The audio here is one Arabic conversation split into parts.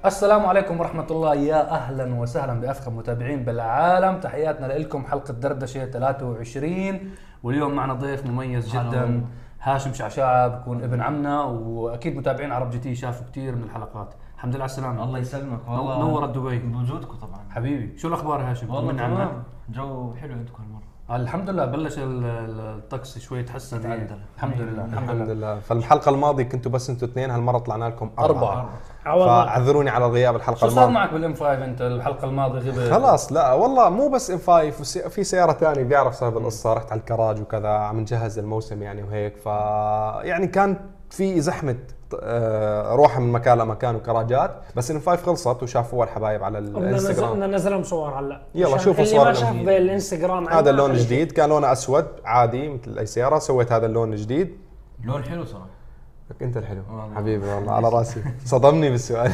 السلام عليكم ورحمة الله، يا أهلا وسهلا بأفخم متابعين بالعالم. تحياتنا لكم، حلقة دردشة 23، واليوم معنا ضيف مميز جدا، هاشم شعشاعة، بكون ابن عمنا، وأكيد متابعين عرب جي تي شافوا كتير من الحلقات. الحمد لله على السلامة. الله يسلمك والله. نورت دبي بوجودكم طبعا حبيبي. شو الأخبار يا هاشم؟ والله تمام، جو حلو عندكم هالمرة. الحمد لله، بلش الطقس شوي يتحسن. يتعدل. الحمد لله الحمد لله. فالحلقة الماضية كنتوا بس انتوا اثنين، هالمرة طلعنا لكم أربعة. فاعذروني على الغياب الحلقة شو الماضية. صار معك بالام 5 انت الحلقة الماضية غبت؟ خلاص لا والله مو بس ام 5، في سيارة ثانية بيعرف صاحب القصة. رحت على الكراج وكذا، عم نجهز الموسم يعني وهيك، يعني كان في زحمة روح من مكان لمكان وكراجات. بس ام 5 خلصت وشافوها الحبايب على الانستغرام. بدنا ننزلهم صور هلا. يلا شوفوا اللي صور ما شاف بالانستغرام. هذا اللون الجديد، كان لونه اسود عادي مثل اي سيارة. سويت هذا اللون الجديد، لون حلو صراحة. انت الحلو والله. حبيبي والله على راسي. صدمني بالسؤال.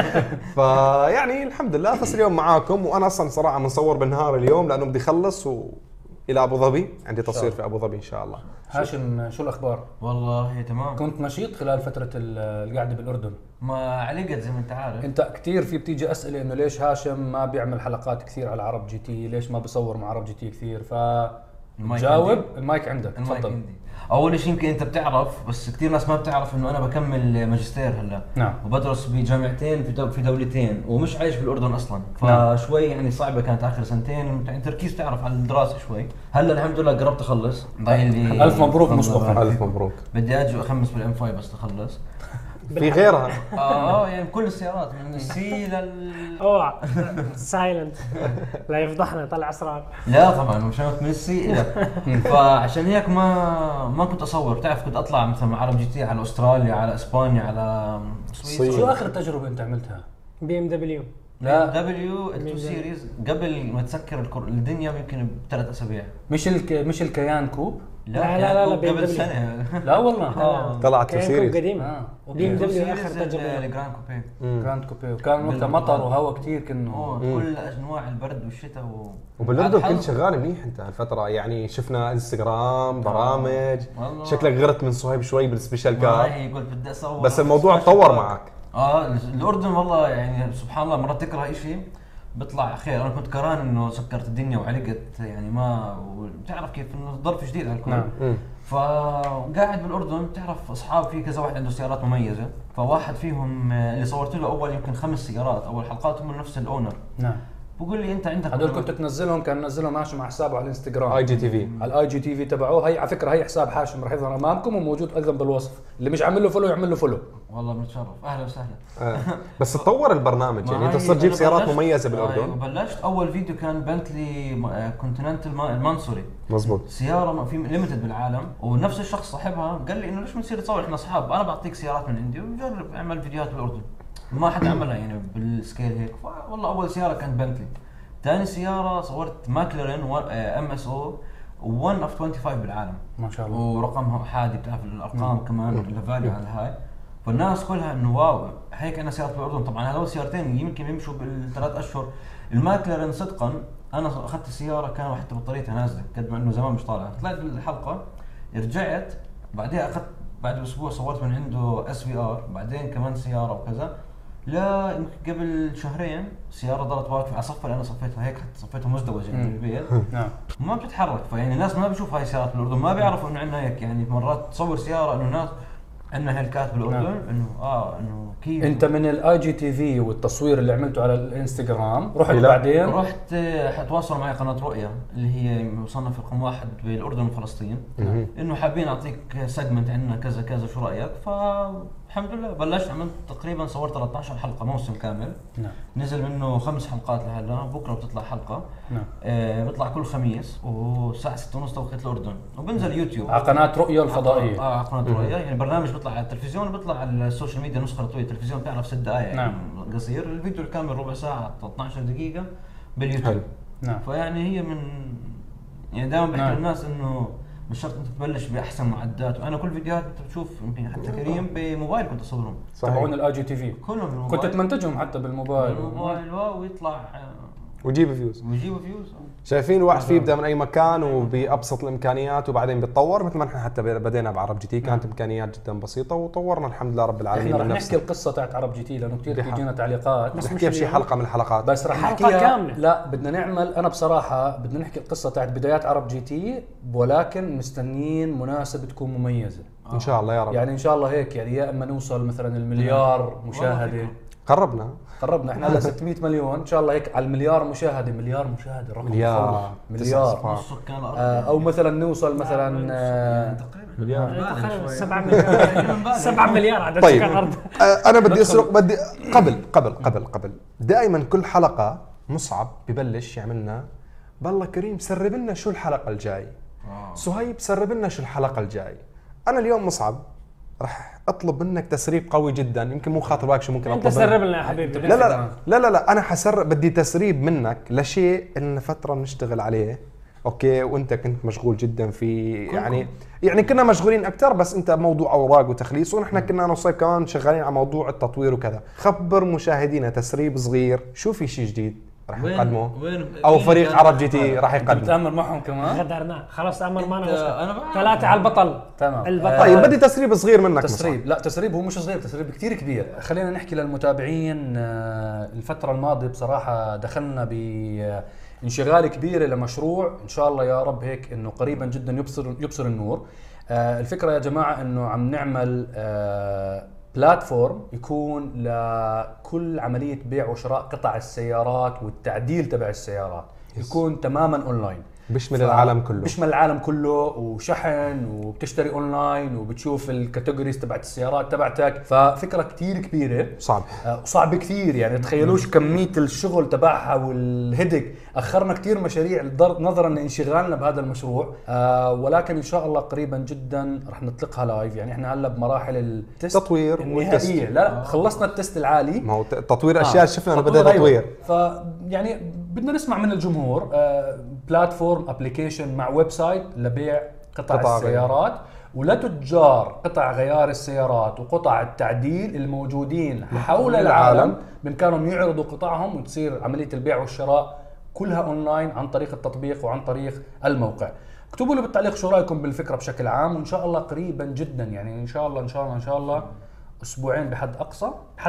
فيعني الحمد لله فصل اليوم معاكم. وانا اصلا صراحه منصور بالنهار اليوم لانه بدي اخلص الى ابو ظبي، عندي تصوير في ابو ظبي ان شاء الله. هاشم شو الأخبار؟ والله تمام. كنت نشيط خلال فترة القعدة بالأردن. ما علقت زي ما انت عارف. انت كثير بتيجي اسئله انه ليش هاشم ما بيعمل حلقات كثير على عرب جي تي، ليش ما بصور مع عرب جي تي كثير؟ جاوب. المايك عندك، تفضل. اول شيء يمكن انت بتعرف، بس كثير ناس ما بتعرف انه انا بكمل ماجستير هلا. نعم. وبدرس بجامعتين في دولتين، ومش عايش بالاردن اصلا. نعم. فشوي يعني صعبه كانت اخر سنتين، يعني تركيز تعرف على الدراسه شوي. هلا الحمد لله قربت اخلص، ضايل لي. الف مبروك مصطفى. الف مبروك. بدي اجي اخمس بالام 5 بس اخلص. في غيرها. يعني كل السيارات من السي اوعى سايلنت لا يفضحنا، طلع اسرار. لا طبعا مش من السي الى. فعشان هيك ما كنت اصور. بتعرف كنت اطلع مثلا مع عرب جي تي على استراليا، على اسبانيا، على سويسرا. شو اخر تجربه انت عملتها؟ بي ام دبليو. لا دبليو 2 سيريز قبل ما تسكر الدنيا يمكن ب3 أسابيع. مش الكيان كوب؟ لا قبل سنه. لا والله. طلعت كان سيريز قديم. بي ام دبليو سيريز اخر تجربه. الجراند كوبي. جراند كوبي، وكان وقتها مطر وهواء كثير كنه. كل انواع البرد والشتاء وبالاردن كنت شغال منيح انت هالفتره، يعني شفنا انستغرام برامج. شكلك غرت من صهيب شوي بالسبيشال كار. هي قلت بدي اصور، بس الموضوع تطور معك. الاردن والله يعني سبحان الله، مرات تكره شيء بيطلع خير. انا كنت كرهان انه سكرت الدنيا وعلقت، يعني ما بتعرف كيف انه ظرف جديد على الكل. نعم. فقاعد بالاردن بتعرف اصحاب، في كذا واحد عنده سيارات مميزه. فواحد فيهم اللي صورت له اول يمكن 5 سيارات اول حلقات هم نفس الاونر. نعم. بقول لي انت عندك هذول كنت تنزلهم، كان نزلهم هاشم على حسابه على الانستغرام اي جي تي في، على الاي جي تي في تبعوه. هي على فكره هي حساب هاشم راح يظهر امامكم وموجود ايضا بالوصف، اللي مش عامل له فولو يعمل له فولو. والله بنتشرف، اهلا وسهلا. بس تطور البرنامج، يعني انت صرت تجيب سيارات مميزه بالاردن. بلشت اول فيديو كان بنتلي كونتيننتال المنصوري. مزبوط. سياره في ليميتد بالعالم، ونفس الشخص صاحبها قال لي انه ليش ما نصير نصور احنا اصحاب، انا بعطيك سيارات من عندي وجرب اعمل فيديوهات بالاردن. ما حد عملها يعني بالسكيل هيك. والله اول سياره كانت بنتلي. ثاني سياره صورت ماكلارين ام اس او 1 اوف 25 بالعالم ما شاء الله، ورقمها احادي. بتعرف الارقام كمان الفاليو على الهاي. فالناس كلها انه واو هيك انا سيارات بالاردن. طبعا هذول سيارتين يمكن يمشوا بال3 اشهر. الماكلارين صدقا انا اخذت السياره كان حتى بطاريتها نازله قد ما انه زمان مش طالعه. طلعت بالحلقه رجعت بعدها اخذت بعد اسبوع صورت من عنده اس في ار، بعدين كمان سياره وكذا. لا يمكن قبل شهرين سياره ضلت واقفه على صفها اللي انا صفيتها هيك، حتى صفيتها مزدوجه عند البيت. نعم. ما بتتحرك. فيعني الناس ما بيشوف هاي السيارات بالاردن، ما بيعرفوا انه عندنا هيك. يعني مرات تصور سياره انه الناس عندنا هيلكات بالاردن. انه انه كيف انت من الاي جي تي في والتصوير اللي عملته على الانستغرام رحت بعدين رحت حتواصلوا معي قناه رؤيا اللي هي مصنفه رقم 1 بالاردن وفلسطين، انه حابين اعطيك سيجمنت عندنا كذا كذا شو رايك. فالحمد لله بلشت عملت تقريبا صورت 13 حلقه موسم كامل. نعم. نزل منه 5 حلقات لهلا، بكره بتطلع حلقه. نعم. بيطلع كل خميس والساعه 6:30 توقيت الاردن، وبنزل يوتيوب على قناه رؤيا الفضائيه. على قناه رؤيا. يعني برنامج بيطلع على التلفزيون وبيطلع على السوشيال ميديا نسخه طويله. التلفزيون بتعرف 6 دقائق نعم. يعني قصير. الفيديو الكامل ربع ساعه 12 دقيقه باليوتيوب. حلو. نعم. فيعني هي من يعني دائما بحكي نعم. للناس انه مش شرط انت تبلش باحسن معدات. وانا كل فيديوهات انت بتشوف يمكن حتى كريم بموبايل كنت اصورهم تبعون الاي جي تي في كلهم بالموبايل. كنت تمنتجهم حتى بالموبايل. بالموبايل ويطلع ويجيب فيوز. ويجيبوا فيوز. شايفين الواحد فيه يبدا من اي مكان وبابسط الامكانيات وبعدين بيتطور، مثل ما نحن حتى بدينا بعرب جي تي كانت امكانيات جدا بسيطه وطورنا الحمد لله رب العالمين. احنا رح من نحكي نفسنا. القصه تاعت عرب جي تي لانه كثير بيجينا تعليقات، بس نحكيها بشي حلقه من الحلقات، بس رح حلقة نحكيها كاملة. لا بدنا نعمل، انا بصراحه بدنا نحكي القصه تاعت بدايات عرب جي تي، ولكن مستنيين مناسبه تكون مميزه ان شاء الله يا رب. يعني ان شاء الله هيك، يعني يا اما نوصل مثلا المليار مشاهده. قربنا قربنا احنا على 600 مليون ان شاء الله هيك على المليار مشاهده. مليار مشاهده رقم مليار. مخوف. مليار نص سكان الارض. او مثلا نوصل مثلا تقريبا 7 مليار 7 مليار عدد طيب. سكان الارض. انا بدي اسرق، بدي قبل دائما كل حلقه مصعب ببلش يعملنا بالله كريم سرب لنا شو الحلقه الجاي، صهيب سرب لنا شو الحلقه الجاي. انا اليوم مصعب راح اطلب منك تسريب قوي جدا، يمكن مو خاطر بالك شو ممكن انت اطلب منك. سرب لنا يا حبيبي. لا انا حسرب، بدي تسريب منك لشيء لنا فتره بنشتغل عليه، اوكي، وانت كنت مشغول جدا فيه، يعني كنا مشغولين اكثر، بس انت موضوع اوراق وتخليص، ونحن كنا انا وصيب كمان شغالين على موضوع التطوير وكذا. خبر مشاهدينا تسريب صغير، شو في شيء جديد راح نقدمه او فريق عرب جي تي راح يقدم. بتأمر معهم كمان. غدرنا خلاص، تأمر معنا. أنا بعرف. 3 على البطل. تمام. البطل. طيب بدي تسريب صغير منك. تسريب لا تسريب هو مش صغير، تسريب كتير كبير. خلينا نحكي للمتابعين، الفترة الماضية بصراحة دخلنا بانشغال كبير لمشروع ان شاء الله يا رب هيك انه قريبا جدا يبصر النور. الفكرة يا جماعة انه عم نعمل بلاتفورم يكون لكل عملية بيع وشراء قطع السيارات والتعديل تبع السيارات، يكون تماما اونلاين، بيشمل العالم كله. بيشمل العالم كله، وشحن، وبتشتري اونلاين، وبتشوف الكاتيجوريز تبعت السيارات تبعتك. ففكره كتير كبيره، صعب كثير، يعني تخيلوش كميه الشغل تبعها والهدك. اخرنا كثير مشاريع نظرا لانشغالنا بهذا المشروع، ولكن ان شاء الله قريبا جدا رح نطلقها لايف. يعني احنا هلا بمراحل التست تطوير النهائيه. لا خلصنا التست العالي، ما هو تطوير اشياء شفنا انه بدا تطوير. فيعني بدنا نسمع من الجمهور بلاتفورم ابلكيشن مع ويب سايت لبيع قطع السيارات ولتجار قطع غيار السيارات وقطع التعديل الموجودين حول العالم، بإمكانهم يعرضوا قطعهم وتصير عملية البيع والشراء كلها اونلاين عن طريق التطبيق وعن طريق الموقع. اكتبوا لي بالتعليق شو رايكم بالفكرة بشكل عام، وان شاء الله قريبا جدا، يعني ان شاء الله اسبوعين بحد اقصى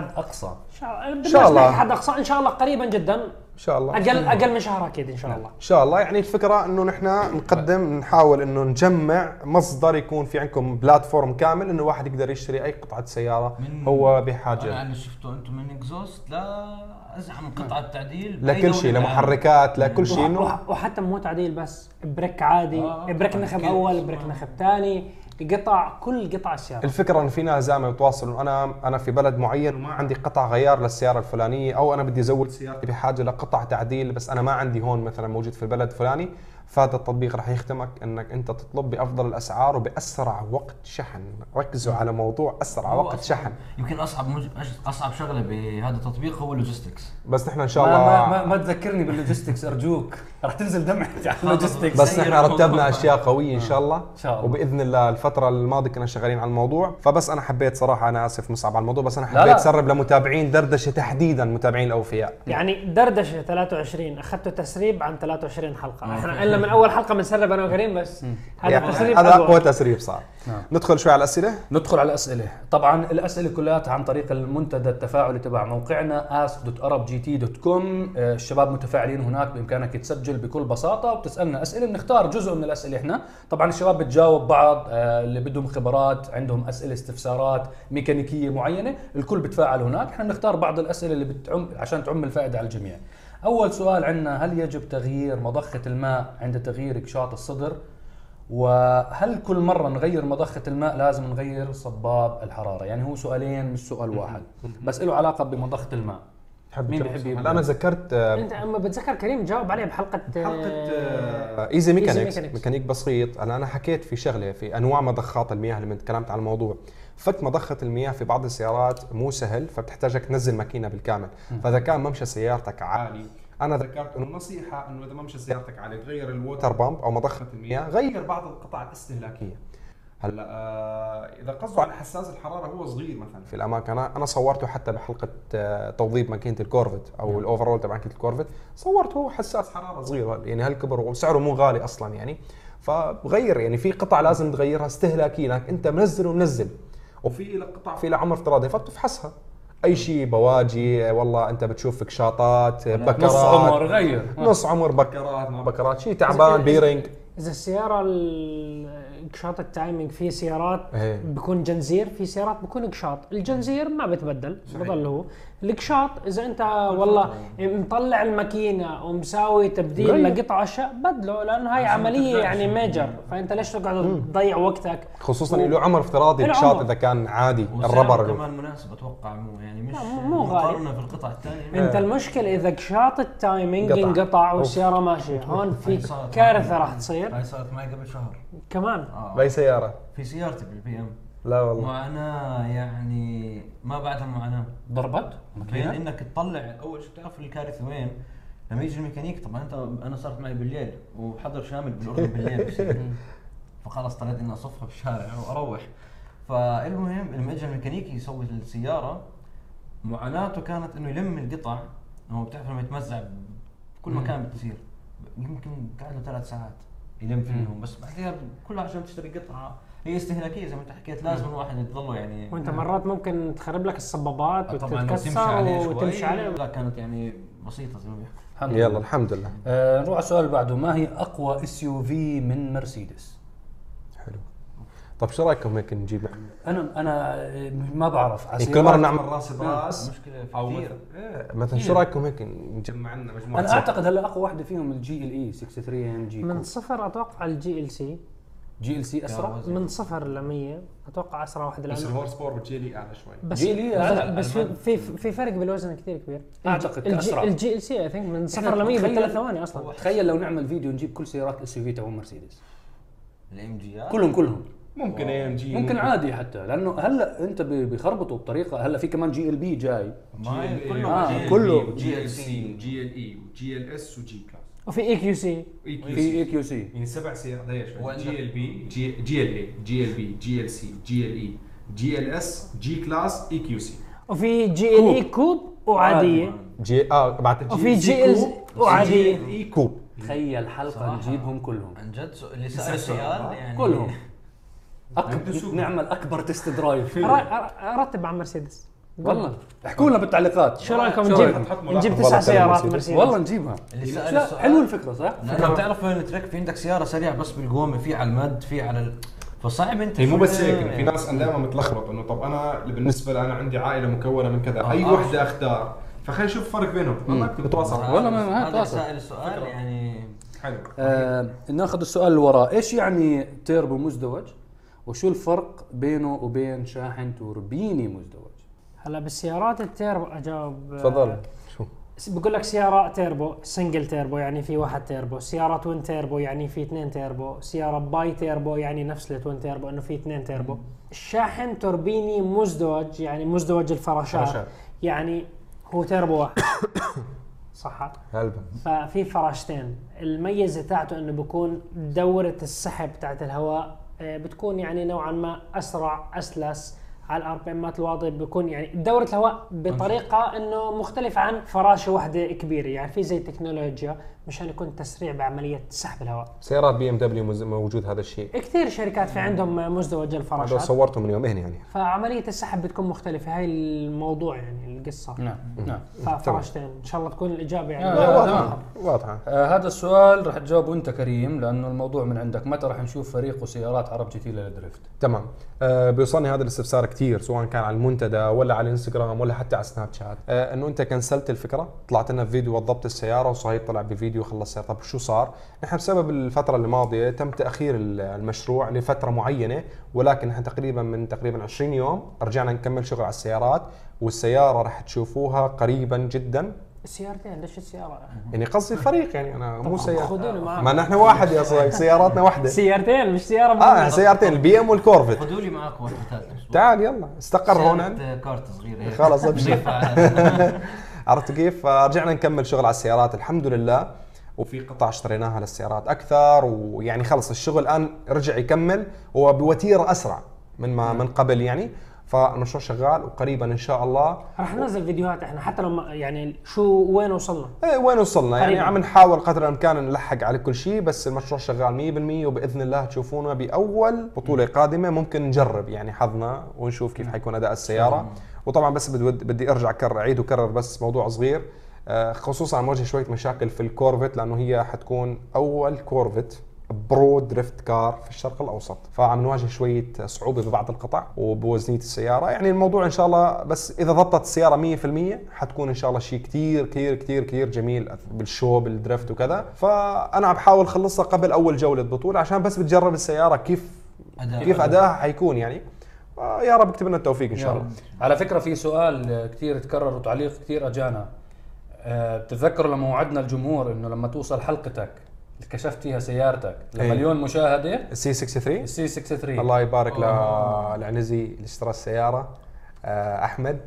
ان شاء الله حد اقصى ان شاء الله قريبا جدا ان شاء الله، اقل من شهر اكيد ان شاء الله. ان شاء الله. يعني الفكره انه نحن نقدم، نحاول انه نجمع مصدر يكون في عندكم بلاتفورم كامل انه واحد يقدر يشتري اي قطعه سياره هو بحاجه. يعني شفتوا انتم من اكزوست لا ازعم قطعه تعديل لكل شيء، لمحركات، لكل شيء، انه وحتى مو تعديل بس، بريك عادي، بريك نخب اول، بريك نخب ثاني، كل قطع السيارة. الفكرة إن في ناس زعما يتواصلوا، أنا في بلد معين وما عندي قطع غيار للسيارة الفلانية، أو أنا بدي أزود سيارتي بحاجة لقطع تعديل بس أنا ما عندي هون مثلا موجود في البلد الفلاني. فهذا التطبيق راح يخدمك انك انت تطلب بافضل الاسعار وباسرع وقت شحن. ركزوا على موضوع اسرع وقت شحن. يمكن اصعب شغله بهذا التطبيق هو اللوجيستكس. بس نحن ان شاء الله ما تذكرني باللوجيستكس ارجوك، راح تنزل دمعتي على اللوجيستكس. بس نحن رتبنا اشياء قويه ان شاء الله. ان شاء الله. وباذن الله الفتره الماضيه كنا شغالين على الموضوع. فبس انا حبيت صراحه، انا اسف مصعب على الموضوع، بس انا حبيت اسرب لمتابعين دردشه، تحديدا متابعين الاوفياء. يعني دردشه 23 اخذتوا تسريب عن 23 حلقه. احنا قلنا من اول حلقه بنسرب انا وكريم، بس هذا يعني التسريب هذا اقوى تسريب صار. ندخل شوي على الاسئله. ندخل على الاسئله. طبعا الاسئله كلها عن طريق المنتدى التفاعلي تبع موقعنا ask.arabgt.com. الشباب متفاعلين هناك، بامكانك تسجل بكل بساطه وبتسالنا اسئله، بنختار جزء من الاسئله احنا. طبعا الشباب بتجاوب بعض، اللي بدهم خبرات عندهم اسئله استفسارات ميكانيكيه معينه، الكل بتفاعل هناك. احنا بنختار بعض الاسئله اللي بتعم عشان تعم الفائده على الجميع. أول سؤال عندنا: هل يجب تغيير مضخة الماء عند تغيير كشاط الصدر؟ وهل كل مرة نغير مضخة الماء لازم نغير صباب الحرارة؟ يعني هو سؤالين مش سؤال واحد، بس له علاقة بمضخة الماء. مين بيحب يبدأ؟ انا ذكرت انت اما بتذكر كريم جاوب عليه بحلقة ايزي ميكانيكس، ميكانيك بسيط. انا حكيت في شغلة في انواع مضخات المياه لما تكلمت عن الموضوع. فك مضخة المياه في بعض السيارات مو سهل، فبتحتاجك تنزل ماكينة بالكامل. فاذا كان ممشى سيارتك عالي، انا ذكرت انه نصيحة انه اذا ممشى سيارتك عالي تغير الووتر بامب او مضخة المياه، غير بعض القطع الاستهلاكية. هلا اذا قصده على حساس الحراره هو صغير مثلا في الاماكن انا صورته حتى بحلقه توظيف ماكينه الكورفت او الاوفرول تبع ماكينه الكورفت، صورته حساس حراره صغير يعني هالكبر وسعره مو غالي اصلا يعني. فبغير يعني في قطع لازم تغيرها استهلاكيه لك انت منزل ومنزل، وفي لك قطع في لها عمر افتراضي فبتفحصها. اي شيء بواجي والله انت بتشوف كشاطات بكرات نص عمر غير نص عمر بكرات ما بكرات شيء تعبان بيرنج. اذا السياره قشاط التايمينج في سيارات إيه. بيكون جنزير، في سيارات بيكون قشاط. الجنزير ما بتبدل بضل هو. القشاط اذا انت والله مطلع الماكينه ومساوي تبديل غير. لقطع اشياء بدله، لانه هاي عمليه يعني ميجر، فانت ليش تقعد تضيع وقتك؟ خصوصا له عمر افتراضي له القشاط عمر. اذا كان عادي وسعره الربر كمان مناسب اتوقع، مو يعني مش لا، مو غالي. مقارنه في القطع الثانيه. انت المشكله اذا قشاط التايمينج قطع. انقطع والسياره ماشيه، هون في صارت كارثه معي. راح تصير هاي صارت معي قبل شهر. كمان. باي سياره؟ في سيارتي بالبي ام. لا والله معاناه يعني ما بعدها معاناه. ضربت بين ماكينه انك تطلع اول شيء بتعرف الكارثه وين؟ لما يجي الميكانيك. طبعا انا صارت معي بالليل وحضر شامل بالاردن بالليل بصير. فخلص اضطريت اني اصفها بالشارع واروح. فالمهم لما اجى الميكانيكي يسوي السياره معاناته كانت انه يلم القطع. هو بتعرف لما يتمزع بكل مكان بتصير يمكن قاعد له 3 ساعات يلم فيهم. بس بعدها كلها عشان تشتري قطعه هي استهلاكيه زي ما انت حكيت. لازم الواحد يضله يعني وانت مرات ممكن تخرب لك الصبابات طبعا لو تمشي وتتكسر عليه وتمشي شوي. عليه. لا كانت يعني بسيطه زي ما بيحكوا. الحمد يلا لله. الحمد لله. نروح على السؤال اللي بعده. ما هي اقوى اس يو في من مرسيدس؟ حلو. طب شو رايكم هيك نجيب انا ما بعرف كل مره نعمل راس براس المشكله او كثير. مثلا شو رايكم هيك نجمع لنا مجموعه انا اعتقد هلا اقوى واحده فيهم الجي ال اي 63 ام جي. من صفر اتوقع الجي ال سي، جي ال سي اسرع. من صفر ل 100 اتوقع اسرع واحده بس لانه الهورس باور بالجيلي اعلى شوي. بس جي لي أعلى. بس في فرق بالوزن كثير كبير. أعتقد أسرع. الجي ال سي اي ثينك من صفر ل 100 بثلاث ثواني اصلا. تخيل لو نعمل فيديو نجيب كل سيارات اس يو في تبع مرسيدس الام جي كلهم ممكن اي ام جي ممكن عادي، حتى لانه هلا انت بيخربطوا بطريقه. هلا في كمان جي ال بي جاي. كله. جي ال سي وجي ال اي وجي ال اس وجي كلاس وفي اي كيو سي. في اي كيو سي. يعني 7 سيارات هي شوي. وعندك- جي ال بي جي ال اي جي ال بي جي ال سي جي ال اي جي ال اس جي كلاس اي كيو سي. وفي جي ال اي كوب وعاديه. جي بعد وفي جي ال وعاديه. اي كوب. تخيل حلقه صراحة. نجيبهم كلهم عن جد اللي سأل السؤال يعني كلهم نعمل اكبر تست درايف. ارتب عن مرسيدس. والله احكوا لنا بالتعليقات شو رايكم حط ملاحظة. نجيب 9 والله سيارات كلام مرسيدس؟ والله نجيبها. اللي سأل لا، السؤال حلو الفكره صح؟ لانه بتعرف وين الترك. في عندك سياره سريعه بس بالقومه، في على المد، في على فصعب انت هي مو بس شوي هيك، في يعني. ناس انا دائما متلخبط انه طب انا بالنسبه لي انا عندي عائله مكونه من كذا اي آه. وحده اختار، فخلينا نشوف الفرق بينهم. والله اكتب تواصل. والله ما هذا تواصل. سائل السؤال يعني حلو. ناخذ السؤال اللي وراه. ايش يعني تيربو مزدوج؟ وشو الفرق بينه وبين شاحن توربيني مزدوج؟ هلا بالسيارات التيربو اجاوب. تفضل. شو بقول لك سيارة تيربو سنجل تيربو يعني في واحد تيربو، سيارة توين تيربو يعني في 2 تيربو، سيارة باي تيربو يعني نفس التوين تيربو انه في 2 تيربو. الشاحن توربيني مزدوج يعني مزدوج الفراشات فراشات. يعني هو تيربو واحد. صح. هلبا. ففي فراشتين. الميزة تاعته انه بكون دورة السحب تاعت الهواء بتكون يعني نوعا ما اسرع اسلس على الار بي امات الواطيه. بيكون يعني دورة الهواء بطريقة انه مختلفة عن فراشة واحدة كبيرة، يعني في زي تكنولوجيا مشان يكون تسريع بعملية سحب الهواء. سيارات بي ام دبليو موجود هذا الشيء. كثير شركات في عندهم مزدوج هذا الفراشات، صورته من يومين يعني. فعملية السحب بتكون مختلفة. هاي الموضوع يعني القصة. نعم نعم. ففراشتين ان شاء الله تكون الاجابة يعني تمام. واضحه. هذا السؤال رح تجاوبه انت كريم لانه الموضوع من عندك. متى رح نشوف فريق وسيارات عرب جي تي للدريفت؟ تمام. بيوصلني هذا الاستفسار كثير سواء كان على المنتدى ولا على الانستغرام ولا حتى على سناب شات. انه انت كنسلت الفكره، طلعت لنا بفيديو وضبط السياره وصهيب طلع بفيديو خلص السياره. طب شو صار؟ نحن بسبب الفتره الماضيه تم تاخير المشروع لفتره معينه، ولكن نحن تقريبا 20 يوم رجعنا نكمل شغل على السيارات، والسياره رح تشوفوها قريبا جدا. السيارتين ليش السيارة؟ يعني قصدي الفريق يعني انا مو سياره. خذوني معاكم. ما نحن واحد يا صديق، سياراتنا واحده. سيارتين مش سيارة سيارتين البي ام والكورفت. خذوا لي معاكم واحد ثالث. تعال يلا استقر هون عندي. كارت صغيره هيك. خلاص ابشر. عرفت كيف؟ فرجعنا نكمل شغل على السيارات الحمد لله. وفي قطع اشتريناها للسيارات اكثر، ويعني خلص الشغل الان رجع يكمل وبوتيره اسرع من قبل يعني. فالمشروع شغال وقريبا ان شاء الله راح ننزل فيديوهات احنا حتى لو يعني شو وين وصلنا. ايه وين وصلنا يعني قريباً. عم نحاول قدر الامكان نلحق على كل شيء، بس المشروع شغال 100% وباذن الله تشوفونا باول بطوله قادمه. ممكن نجرب يعني حظنا ونشوف كيف حيكون اداء السياره. وطبعا بس بدي ارجع اعيد وكرر بس موضوع صغير، خصوصا مواجه شويه مشاكل في الكورفت، لانه هي حتكون اول كورفت برو دريفت كار في الشرق الاوسط، فعم نواجه شويه صعوبه ببعض القطع وبوزنيه السياره. يعني الموضوع ان شاء الله بس اذا ضبطت السياره 100% حتكون ان شاء الله شيء كثير كثير كثير كثير جميل بالشو بالدريفت وكذا. فانا عم بحاول اخلصها قبل اول جوله بطوله عشان بس بتجرب السياره كيف ادائها حيكون يعني. يا رب اكتب لنا التوفيق ان شاء الله. على فكره في سؤال كثير تكرر وتعليق كثير اجانا، بتتذكروا لما وعدنا الجمهور انه لما توصل حلقتك اللي كشفت فيها سيارتك لمليون مشاهده السي 63 السي 63 الله يبارك لعنزي اللي اشترى السياره احمد.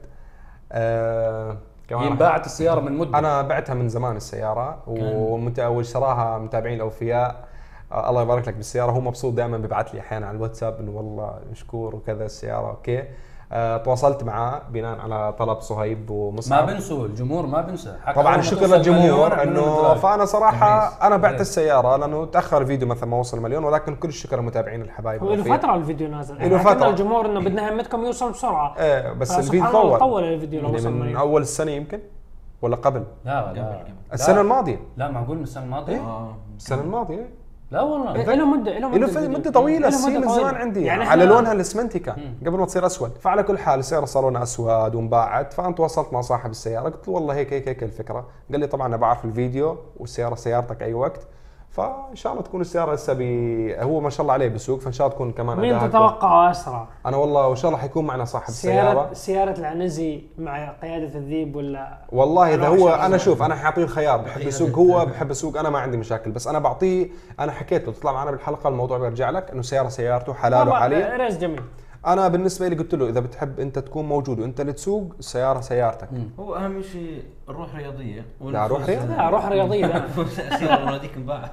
كمان باعت السياره من مده، انا بعتها من زمان السياره واشتراها متابعين الاوفياء. الله يبارك لك بالسياره. هو مبسوط دائما بيبعث لي احيانا على الواتساب انه والله مشكور وكذا السياره اوكي. تواصلت معاه بناء على طلب صهيب ومصعب. ما بنسوا الجمهور ما بنسى طبعا شكرا للجمهور انه فانا صراحه انا بعت السياره لانه تاخر الفيديو مثلا ما وصل مليون، ولكن كل الشكر للمتابعين الحبايب. هو له فتره الفيديو نازل، له فتره الجمهور انه بدنا همتكم يوصل بسرعه. ايه بس الفيديو طول الفيديو لو وصل من اول السنه يمكن ولا قبل؟ لا السنه الماضيه. لا معقول من السنه الماضيه؟ السنه الماضيه لا والله له مده طويله. السي من زمان عندي يعني على لونها الاسمنتي كان قبل ما تصير اسود. فعلى كل حال السياره صار لونها اسود وانباعت. فانا تواصلت مع صاحب السياره قلت له والله هيك الفكره. قال لي طبعا انا بعرف الفيديو والسياره سيارتك اي وقت، فان شاء الله تكون السياره لسه هو ما شاء الله عليه بسوق، فان شاء الله تكون كمان مين تتوقع اسرع؟ انا والله وان شاء الله حيكون معنا صاحب السياره. سياره العنزي مع قياده الذيب ولا والله اذا هو انا شوف انا حاعطيه الخيار، بحب يسوق هو بحب يسوق انا ما عندي مشاكل، بس انا بعطيه. انا حكيت له تطلع معنا بالحلقه الموضوع بيرجع لك انه سيارته حلاله حاليا. ريس جميل. انا بالنسبه لي قلت له اذا بتحب انت تكون موجود وانت اللي تسوق السياره سيارتك. هو اهم شيء الروح رياضيه. لا روح رياضيه. لا روح رياضيه. السياره وناديك انباع.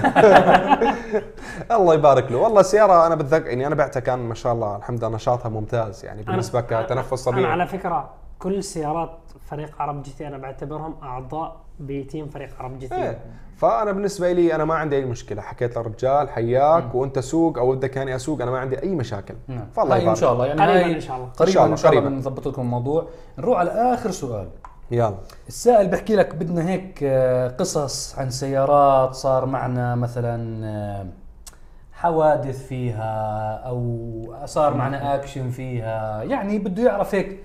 الله يبارك له. والله السياره انا بتذكر يعني انا بعتها كان ما شاء الله الحمد لله نشاطها ممتاز يعني بالنسبه كتنفس طبيعي. انا على فكره كل سيارات فريق عرب جي تي انا بعتبرهم اعضاء بتيم فريق عرب جي تي. فانا بالنسبه لي انا ما عندي اي مشكله. حكيت للرجال حياك وانت سوق او بدك اني اسوق انا ما عندي اي مشاكل. فالله ان شاء الله يعني قريبا ان شاء الله قريبا ان شاء الله بنضبط لكم الموضوع. نروح على اخر سؤال. يلا. السائل بحكي لك بدنا هيك قصص عن سيارات صار معنا مثلا حوادث فيها او صار معنا اكشن فيها، يعني بده يعرف هيك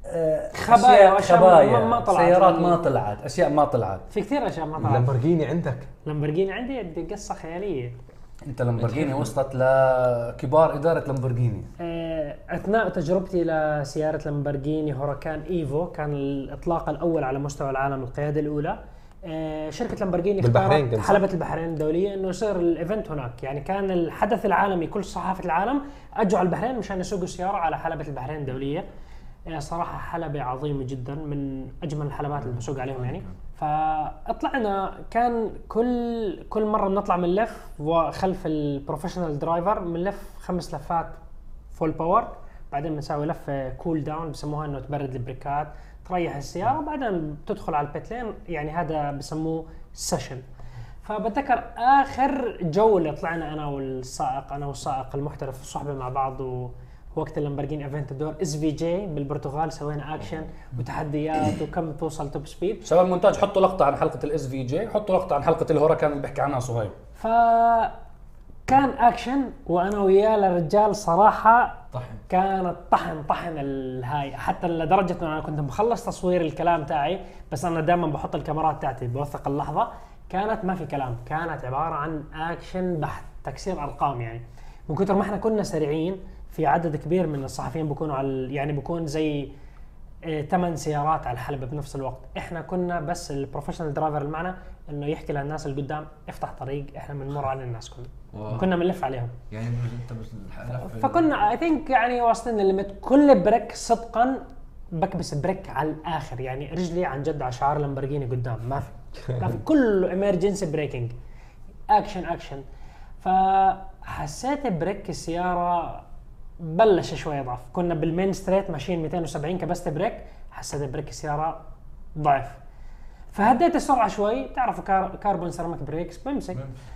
خبايا ما طلعت سيارات ما طلعت، اشياء ما طلعت. في كثير اشياء ما طلعت. لامبورجيني عندك؟ لامبورجيني عندي قصه خياليه. انت لامبورجيني وصلت لكبار اداره لامبورجيني. اثناء تجربتي لسياره لامبورجيني هوراكان ايفو، كان الاطلاق الاول على مستوى العالم القياده الاولى. شركه لامبورجيني اختارت حلبة البحرين الدوليه انه يصير الايفنت هناك. يعني كان الحدث العالمي كل صحافه العالم اجوا على البحرين مشان يسوقوا السياره على حلبة البحرين الدوليه. صراحه حلبة عظيمه جدا من اجمل الحلبات اللي بسوق عليهم يعني. فاطلعنا كان كل مره بنطلع من لف وخلف البروفيشنال درايفر بنلف 5 لفات فول باور، بعدين بنسوي لفه كول داون بسموها انه تبرد البريكات تريح السياره، بعدين بتدخل على البيتلين. يعني هذا بسموه سيشن. فبتذكر اخر جوله طلعنا انا والسائق المحترف الصحبه مع بعض وقت اللامبورجيني ايفنت الدور اس في جي بالبرتغال. سوينا اكشن وتحديات وكم توصل توب سبيد. شباب المونتاج حطوا لقطه عن حلقه الاس في جي، حطوا لقطه عن حلقه الهوراكان اللي بحكي عنها صهيب. كان اكشن وانا وياه الرجال صراحه طحن. كانت طحن الهاي، حتى لدرجه انه انا كنت مخلص تصوير الكلام تاعي بس انا دائما بحط الكاميرات تاعتي بوثق اللحظه. كانت ما في كلام، كانت عباره عن اكشن بحت، تكسير ارقام يعني. من كثر ما احنا كنا سريعين في عدد كبير من الصحفيين بيكونوا يعني بيكون زي 8 سيارات على الحلبة بنفس الوقت. احنا كنا بس البروفيشنال درايفر اللي معنا انه يحكي للناس اللي قدام افتح طريق، احنا بنمر على الناس كنا بنلف عليهم. يعني انت بس فكنا اي ثينك يعني واصلين الليمت. كل بريك صدقا بكبس بريك على الاخر، يعني رجلي عن جد على شعار لامبورجيني قدام ما في. ما في، كله امرجنسي بريكنج، اكشن. فحسيت بريك السياره بلش شوي يضعف. كنا بالمين ستريت ماشيين 270 كبست بريك، حسيت بريك السياره ضعف، فهديت السرعه شوي. تعرفوا كاربون سيراميك بريكس بمسك،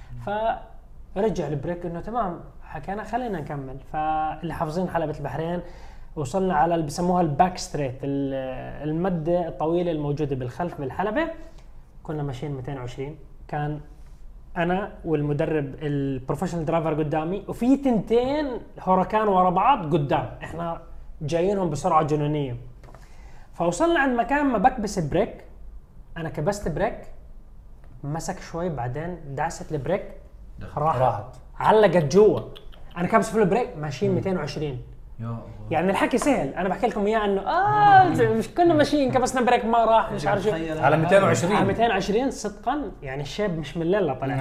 فرجع البريك انه تمام. حكينا خلينا نكمل. فاللي حافظين حلبة البحرين وصلنا على اللي بسموها الباك ستريت، المده الطويله الموجوده بالخلف بالحلبه. كنا ماشيين 220، كان انا والمدرب البروفيشنال درايفر قدامي، وفي تنتين هوركان ورا بعض قدام، احنا جايينهم بسرعه جنونيه. فوصلنا عند مكان ما بكبس بريك، انا كبست بريك، مسك شوي، بعدين دعست البريك راحت علقت جوا. انا كابس في البريك ماشيين 220. يعني الحكي سهل، انا بحكي لكم اياه انه مش كنا ماشيين كبسنا بريك ما راح مش عارف شو على 220 على 220 صدقا. يعني الشاب مش من الليله طلع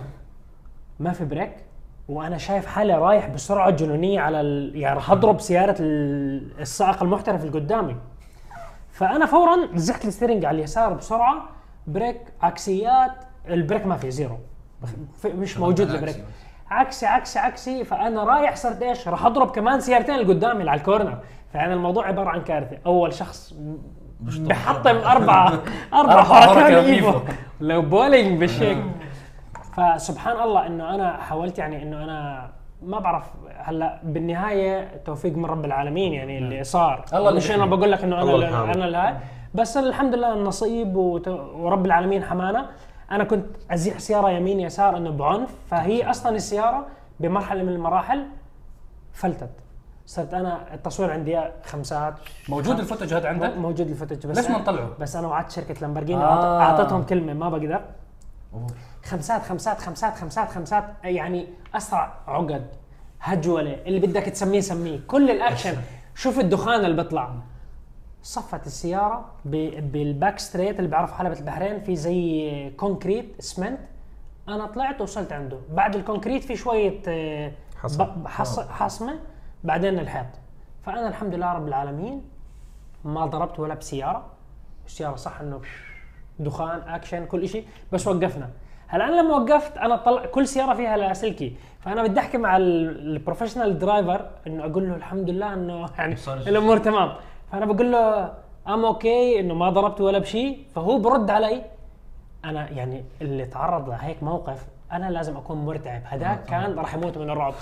ما في بريك، وانا شايف حالي رايح بسرعه جنونيه على يعني راح اضرب سياره السائق المحترف اللي قدامي. فانا فورا زحت الستيرنج على اليسار بسرعه، بريك عكسيات، البريك ما في زيرو، مش موجود البريك، عكسي. فانا رايح صرت ايش راح اضرب كمان سيارتين اللي قدامي اللي على الكورنر. فيعني الموضوع عباره عن كارثه. اول شخص بحطم اربع حركات ايفو لو بولينج بالشيك. فسبحان الله انه انا حاولت، يعني انه انا ما بعرف هلا بالنهايه توفيق من رب العالمين يعني اللي صار. الله مش انا بقول لك انه انا لا، بس الحمد لله النصيب ورب العالمين حمانا. انا كنت ازيح سياره يمين يسار انه بعنف، فهي اصلا السياره بمرحله من المراحل فلتت. صرت انا التصوير عندي خمسات. موجود الفوتج هذا عندك؟ موجود الفوتج، بس ليش ما نطلعه؟ بس انا وعدت شركه لامبرجيني اعطيتهم كلمه ما بقدر. خمسات، يعني اسرع عقد هجوله اللي بدك تسميه سميه، كل الاكشن. شوف الدخان اللي بيطلع. صفت السياره بالباك ستريت اللي بيعرف حلبة البحرين، في زي كونكريت اسمنت. انا طلعت وصلت عنده، بعد الكونكريت في شويه حصمه، بعدين الحيط. فانا الحمد لله رب العالمين ما ضربت ولا بسياره. السياره صح انه دخان اكشن كل شيء، بس وقفنا. هلا انا لما وقفت انا طلع كل سياره فيها لاسلكي، فانا بدي احكي مع البروفيشنال درايفر انه اقول له الحمد لله انه يعني الامور تمام. فانا بقول له اوكي انه ما ضربت ولا بشيء. فهو برد علي، انا يعني اللي تعرض لهيك موقف انا لازم اكون مرتعب. هذاك كان راح يموت من الرعب.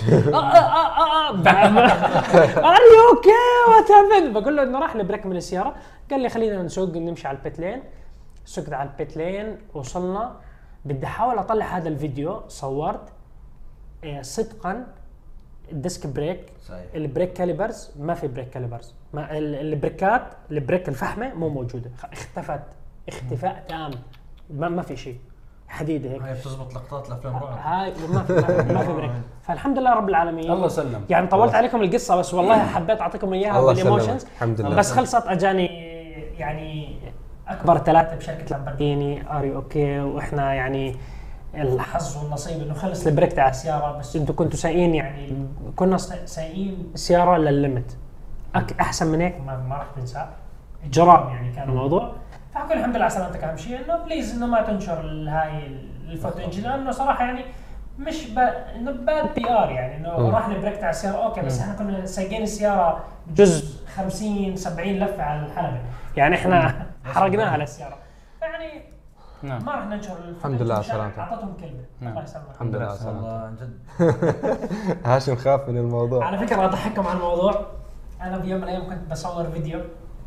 ار يو اوكي وات هابند؟ بقول له انه راح البريك من السياره. قال لي خلينا نسوق نمشي على البيت لين. سقت على البيت لين، وصلنا. بدي احاول اطلع هذا الفيديو، صورت صدقا الديسك بريك صحيح. البريك كاليبرز ما في بريك كاليبرز، ما البريكات البريك الفحمه مو موجوده، اختفت اختفاء تام. ما في شيء، حديده هيك. هاي بتزبط لقطات الافلام رعب. هاي ما في بريك. فالحمد لله رب العالمين. الله سلم. يعني طولت عليكم القصه، بس والله حبيت اعطيكم اياها بالايموشنز. الحمد لله. بس خلصت. اجاني يعني اكبر 3 بشركه لامبرجيني اري اوكي، واحنا يعني الحظ والنصيب انه خلص البريك تاع السياره. بس انتم كنتوا سايقين، يعني كنا سايقين السياره للليمت. احسن من هيك ما راح تنسى. جرام يعني كان الموضوع. فاقول الحمد لله على سلامتك. اهم شيء انه بليز انه ما تنشر هاي الفوتج، لانه صراحه يعني مش انه باد بي ار، يعني انه راح البريك تاع السياره اوكي، بس احنا كنا سايقين السياره جزء 50 70 لفه على الحلبه، يعني احنا حرقناها على السياره. يعني نعم. ما راح ننشر الحمد لله على سلامتك. اعطيتهم كلمه. الله يسلمك. الحمد لله على سلامتك. والله عن جد هاشم خاف من الموضوع. على فكره اضحككم على الموضوع، انا في يوم من الايام كنت بصور فيديو،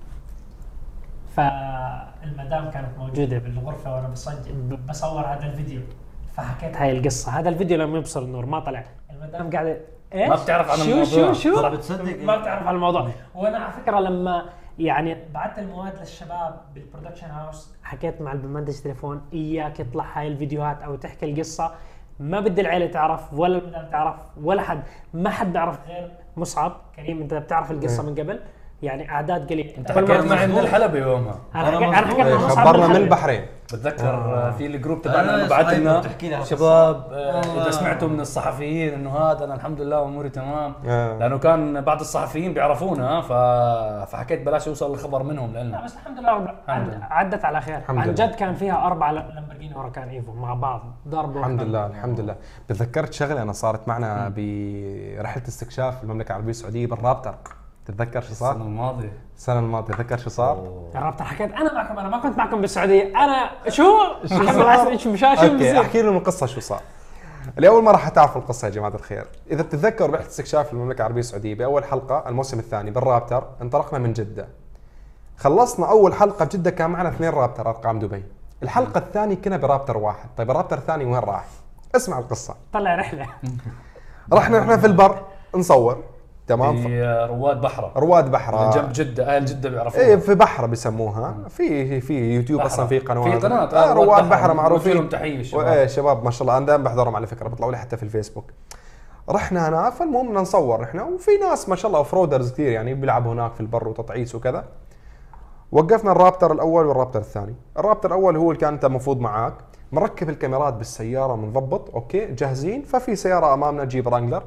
فالمدام كانت موجوده بالغرفه وانا بصور هذا الفيديو، فحكيت هاي القصه. هذا الفيديو لما يبصر النور ما طلع، المدام قاعده ايش ما بتعرف عن الموضوع. شو بتصدق ما بتعرف عن الموضوع. وانا على فكره لما يعني بعثت المواد للشباب بالبرودكشن هاوس، حكيت مع البرمنتج تليفون اياك يطلع هاي الفيديوهات او تحكي القصه، ما بدي العيله تعرف ولا المدام تعرف ولا حد، ما حد بيعرف غير مصعب كريم. انت بتعرف القصه من قبل، يعني اعداد قليله. انت حكيت معي من الحلبة يومها. انا حكيت مع مصعب خبرنا من الحلبة. البحرين. بتذكر في الجروب تبعنا لما أنا بعت صحيح لنا بتحكي لي على شباب اذا سمعتوا من الصحفيين انه هذا انا الحمد لله اموري تمام، لانه كان بعض الصحفيين بيعرفونا فحكيت بلاش يوصل الخبر منهم لا لنا. بس الحمد لله عدت على خير. الحمد عن لله. جد كان فيها 4 لامبورجيني هوراكان ايفو مع بعض ضربوا. الحمد لله الحمد لله. تذكرت شغله انا صارت معنا برحله استكشاف في المملكه العربيه السعوديه بالرابتر. تتذكر شو صار؟ السنة الماضية. السنه الماضيه تذكر شو صار؟ الرابطة حكيت انا معكم، انا ما كنت معكم بالسعوديه، انا شو مش اوكي احكي لهم القصه شو صار. لاول مره حتعرفوا القصه يا جماعه الخير. اذا بتتذكروا رحله استكشاف المملكه العربيه السعوديه باول حلقه الموسم الثاني بالرابتر انطلقنا من جده. خلصنا اول حلقه بجده كان معنا 2 رابتر ارقام دبي. الحلقه الثانيه كنا برابتر واحد. طيب الرابتر الثاني وين راح؟ اسمع القصه. طلع رحله. رحنا احنا في البر نصور تمام. في رواد بحرة. رواد بحرة من جنب جدة، اهل جدة بيعرفوها. ايه في بحرة بيسموها. في يوتيوب بحرة. اصلا في قنوات. في قناة رواد بحرة معروفين. لهم تحية الشباب. ايه شباب ما شاء الله انا دائما بحضرهم على فكرة، بيطلعوا لي حتى في الفيسبوك. رحنا هناك فالمهم بدنا نصور احنا، وفي ناس ما شاء الله فرودرز كثير يعني بيلعبوا هناك في البر وتطعيس وكذا. وقفنا الرابتر الاول والرابتر الثاني. الرابتر الاول هو اللي كان انت المفروض معاك، مركب الكاميرات بالسيارة منضبط اوكي جاهزين. ففي سيارة امامنا جيب رانجلر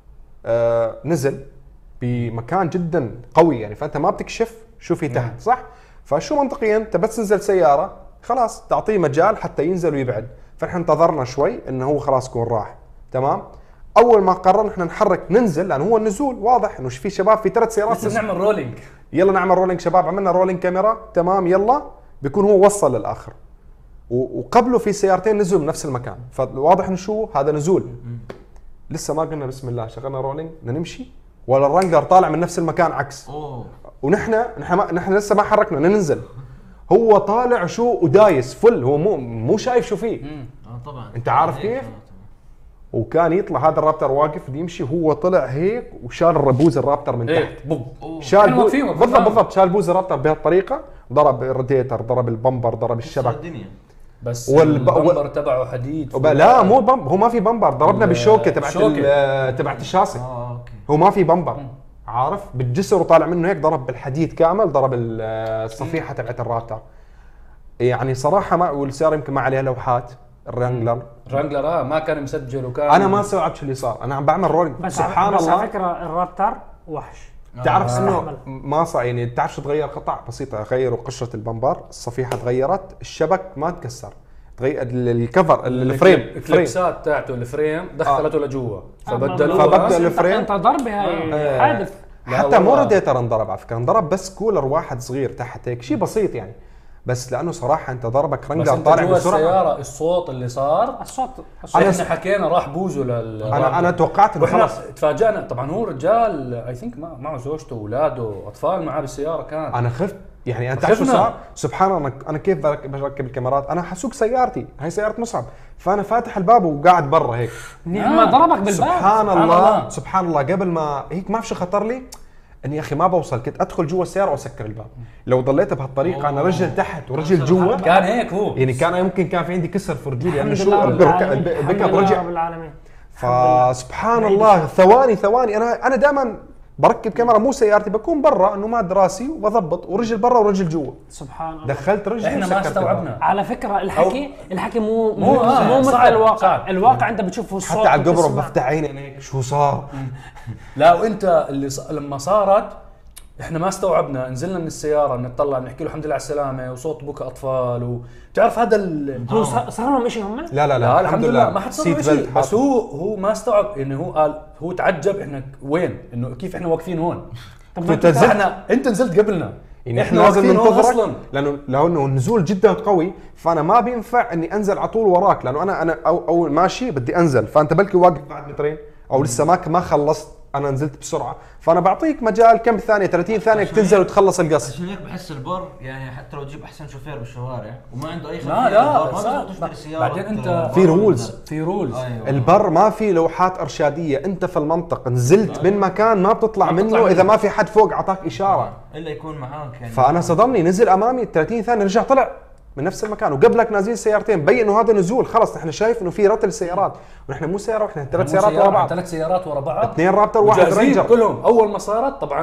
نزل بمكان جدا قوي يعني، فانت ما بتكشف شو في تحت صح؟ فشو منطقيا انت بس تنزل سياره خلاص تعطيه مجال حتى ينزل ويبعد. فنحن انتظرنا شوي انه هو خلاص يكون راح تمام. اول ما قررنا احنا نحرك ننزل لانه هو النزول واضح انه في شباب في 3 سيارات بس نعمل رولينج. يلا نعمل رولينج شباب. عملنا رولينج كاميرا تمام يلا بيكون هو وصل للاخر وقبله في سيارتين نزلوا من نفس المكان، فواضح انه شو هذا نزول. لسه ما قلنا بسم الله شغلنا رولينج بدنا نمشي ولا الرانجلر طالع من نفس المكان عكس. ونحن لسه ما حركنا ننزل. هو طالع شو ودايس فل، هو مو شايف شو فيه. طبعا انت عارف كيف؟ وكان يطلع هذا الرابتر واقف بده يمشي، هو طلع هيك وشال الربوز الرابتر من تحت. شال بالضبط شال بوز الرابتر بهالطريقه، ضرب الراديتر، ضرب البمبر، ضرب الشبك. بس البمبر تبعه حديد. لا مو بمبر، هو ما في بمبر، ضربنا بالشوكه تبعت الشاصي. هو ما في بمبر عارف بالجسر وطالع منه هيك، ضرب بالحديد كامل، ضرب الصفيحه تبعت الرابتر. يعني صراحه ما والسياره يمكن ما عليها لوحات. الرانجلر ما كان مسجل وكان انا ما استوعبت شو اللي صار. انا عم بعمل رولينج سبحان الله. على فكره الرابتر وحش. تعرف انه ما صار يعني بتعرف شو تغير؟ قطع بسيطه غيروا قشره البمبر، الصفيحه تغيرت، الشبك ما تكسر، تغير الكفر الفريم الكليبسات تاعته الفريم دخلته لجوا فبدلوها. فبدل الفريم انت ضربه هاي حادث. حتى مو راديتر انضرب على فكره، انضرب بس كولر واحد صغير تحت هيك شيء بسيط يعني. بس لانه صراحه انت ضربك رنجلر طالع بسرعه. السياره الصوت اللي صار الصوت احنا حكينا راح بوزه انا توقعت انه خلص. تفاجأنا طبعا. هو رجال اي ثينك معه زوجته واولاده اطفال معاه بالسياره. كان انا خفت يعني. انت شو صار؟ سبحان الله انا كيف بركب الكاميرات؟ انا حسوق سيارتي، هاي سياره مصعب، فانا فاتح الباب وقاعد برا هيك. ما ضربك بالباب. سبحان الله قبل ما هيك ما في شيء خطر لي اني يا اخي ما بوصل، كنت ادخل جوا السياره واسكر الباب. لو ضليت بهالطريقه انا رجل تحت ورجل جوا كان هيك هو يعني كان يمكن كان في عندي كسر في رجلي لانه شو البيك رجع. فسبحان الله ثواني انا دائما بركب كاميرا مو سيارتي بكون برا انه ما دراسي وبضبط ورجل برا ورجل جوا. سبحان الله دخلت رجلي احنا ما استوعبنا. على فكره الحكي مو مثل الواقع. الواقع انت بتشوفه الصوت حتى على القبر بفتح عيني هيك شو صار. لا وانت اللي لما صارت احنا ما استوعبنا. نزلنا من السياره بنطلع بنحكي له الحمد لله على السلامه وصوت بكى اطفال وبتعرف هذا هو صار لهم شيء هم؟ لا الحمد لله ما حد صار شيء. بس هو ما استوعب انه هو قال هو تعجب احنا وين انه كيف احنا واقفين هون. طب انت نزلت قبلنا يعني احنا لازم ننتظرك لانه النزول جدا قوي، فانا ما بينفع اني انزل على طول وراك لانه انا او ماشي بدي انزل، فانت بلكي واقف بعد مترين او لسه ما خلصت. انا نزلت بسرعه فانا بعطيك مجال كم ثانيه 30 ثانيه تنزل وتخلص القص. عشان هيك بحس البر يعني حتى لو تجيب احسن شوفير بالشوارع وما عنده اي خلفيه لا بعدين انت في رولز أيوة. البر ما في لوحات ارشاديه، انت في المنطقه نزلت من مكان ما بتطلع منه اذا ما في حد فوق عطاك اشاره الا يكون معاك يعني. فانا صدمني نزل امامي 30 ثانيه رجع طلع من نفس المكان وقبلك نازلين سيارتين بين انه هذا نزول خلص. نحن شايف انه في رتل سيارات ونحن مو سياره واحده، 3 سيارات ورا بعض. 3 سيارات ورا بعض، 2 رابتر واحد رينجر كلهم. اول ما صارت طبعا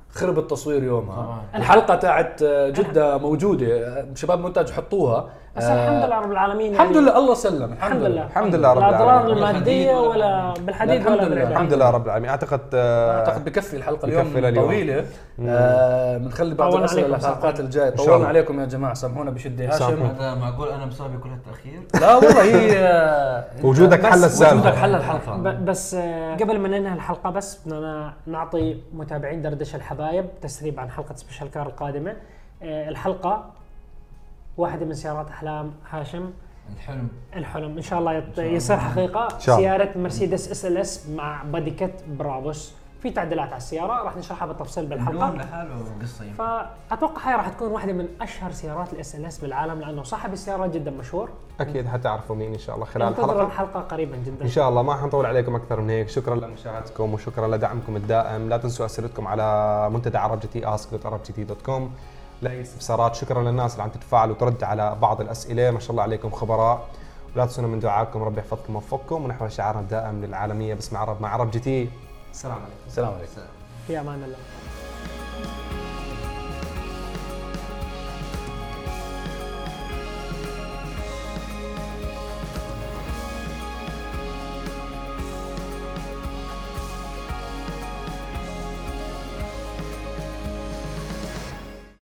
خرب التصوير يومها. طبعاً. الحلقه تاعت جده موجوده، شباب مونتاج حطوها. بس الحمد لله رب العالمين الحمد يعني لله الله سلم. الحمد لله الحمد لله رب لا اضرار العالمين. الماديه ولا بالحديد الحمد ولا لله. بالعباد. الحمد لله رب العالمين. اعتقد بكفي الحلقه بكفي اليوم لليوم. طويله. بنخلي بعض طولنا الاسئله عليكم للحلقات الجايه. إن شاء طولنا الله. عليكم يا جماعه، سامحونا بشده هاشم. سامحونا. هذا معقول انا مسوي كل هالتاخير؟ لا والله هي وجودك حل السالفة. وجودك حل الحلقه. بس قبل ما ننهي الحلقه بس بدنا نعطي متابعين دردشه الحبايب تسريب عن حلقه سبيشال كار القادمه. الحلقه واحده من سيارات احلام هاشم، الحلم ان شاء الله يصير حقيقه. شاء الله. سياره مرسيدس SLS مع بادي كت برابوس، في تعديلات على السياره راح نشرحها بالتفصيل بالحلقه. اللون لحاله قصه. فاتوقع هي راح تكون واحده من اشهر سيارات SLS بالعالم، لانه صاحب السياره جدا مشهور. اكيد حتعرفوا مين ان شاء الله خلال انتظروا الحلقه. الحلقه قريبا جدا ان شاء الله. ما حنطول عليكم اكثر من هيك. شكرا لمشاهدتكم وشكرا لدعمكم الدائم. لا تنسوا اسئلتكم على منتدى عرب جي تي ask.arabgt.com لاي استفسارات. شكرا للناس اللي عم تتفاعل وترد على بعض الاسئله، ما شاء الله عليكم خبراء. ولا تنسوا من دعائكم ربي يحفظكم ويوفقكم، ونحو شعارنا الدائم للعالميه باسم عرب مع عرب جي تي. السلام عليكم. السلام عليكم. في امان الله.